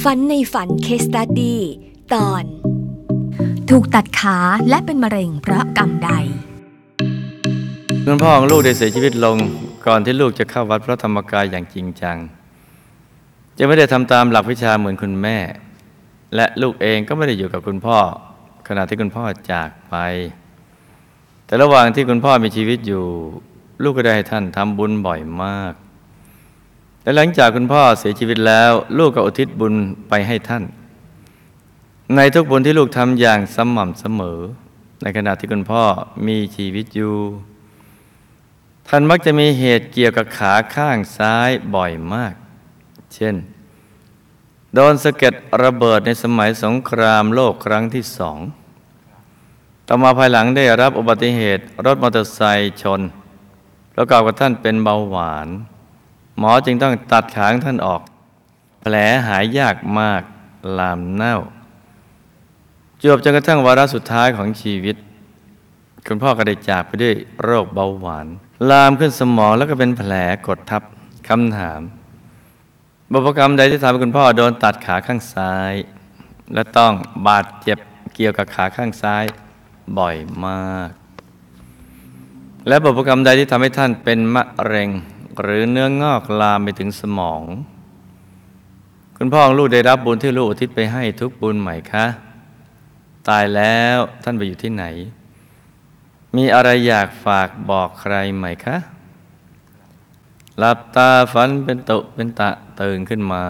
ฝันในฝันเคสตัดดี้ตอนถูกตัดขาและเป็นมะเร็งเพราะกรรมใดคุณพ่อของลูกได้เสียชีวิตลงก่อนที่ลูกจะเข้าวัดพระธรรมกายอย่างจริงจังจะไม่ได้ทำตามหลักวิชาเหมือนคุณแม่และลูกเองก็ไม่ได้อยู่กับคุณพ่อขณะที่คุณพ่อจากไปแต่ระหว่างที่คุณพ่อมีชีวิตอยู่ลูกก็ได้ให้ท่านทำบุญบ่อยมากและหลังจากคุณพ่อเสียชีวิตแล้วลูกก็อุทิศบุญไปให้ท่านในทุกบุญที่ลูกทำอย่างสม่ำเสมอในขณะที่คุณพ่อมีชีวิตอยู่ท่านมักจะมีเหตุเกี่ยวกับขาข้างซ้ายบ่อยมากเช่นโดนสะเก็ดระเบิดในสมัยสงครามโลกครั้งที่2ต่อมาภายหลังได้รับอุบัติเหตุรถมอเตอร์ไซค์ชนประกอบกับท่านเป็นเบาหวานหมอจึงต้องตัดขาท่านออกแผลหายยากมากลามเน่าจวบจนกระทั่งวาระสุดท้ายของชีวิตคุณพ่อก็ได้จากไปด้วยโรคเบาหวานลามขึ้นสมองแล้วก็เป็นแผลกดทับคำถามบุพกรรมใดที่ทำให้คุณพ่อโดนตัดขาข้างซ้ายและต้องบาดเจ็บเกี่ยวกับขาข้างซ้ายบ่อยมากและบุพกรรมใดที่ทำให้ท่านเป็นมะเร็งหรือเนื้องอกลามไปถึงสมองคุณพ่อของลูกได้รับบุญที่ลูกอุทิศไปให้ทุกบุญไหมคะตายแล้วท่านไปอยู่ที่ไหนมีอะไรอยากฝากบอกใครไหมคะหลับตาฝันเป็นตุเป็นตะตื่นขึ้นมา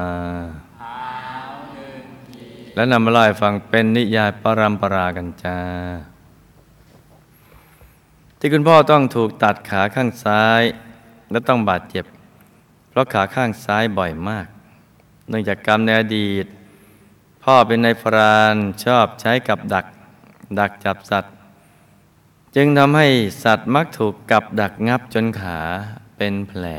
แล้วนำมาเล่าให้ฟังเป็นนิยายปรัมปรากันจ้าที่คุณพ่อต้องถูกตัดขาข้างซ้ายและต้องบาดเจ็บเพราะขาข้างซ้ายบ่อยมากเนื่องจากกรรมในอดีตพ่อเป็นนายพรานชอบใช้กับดักจับสัตว์จึงทำให้สัตว์มักถูกกับดักงับจนขาเป็นแผล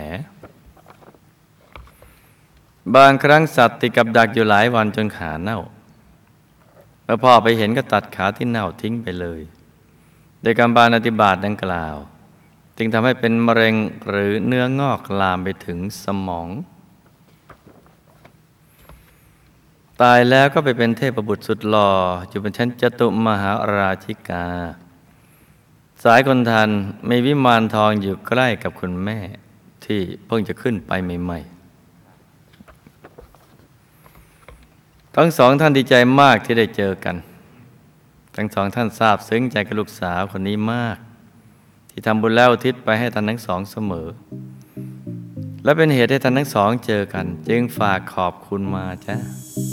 บางครั้งสัตว์ติดกับดักอยู่หลายวันจนขาเน่าเมื่อพ่อไปเห็นก็ตัดขาที่เน่าทิ้งไปเลยโดยกรรมบาณาธิบาตดังกล่าวจึงทำให้เป็นมะเร็งหรือเนื้องอกลามไปถึงสมองตายแล้วก็ไปเป็นเทพบุตรสุดหล่ออยู่บนชั้นจตุมหาราชิกาสายคนทันมีวิมานทองอยู่ใกล้กับคุณแม่ที่เพิ่งจะขึ้นไปใหม่ๆทั้งสองท่านดีใจมากที่ได้เจอกันทั้งสองท่านซาบซึ้งใจกับลูกสาวคนนี้มากที่ทำบุญแล้วอุทิศไปให้ท่านทั้งสองเสมอและเป็นเหตุให้ท่านทั้งสองเจอกันจึงฝากขอบคุณมาจ้ะ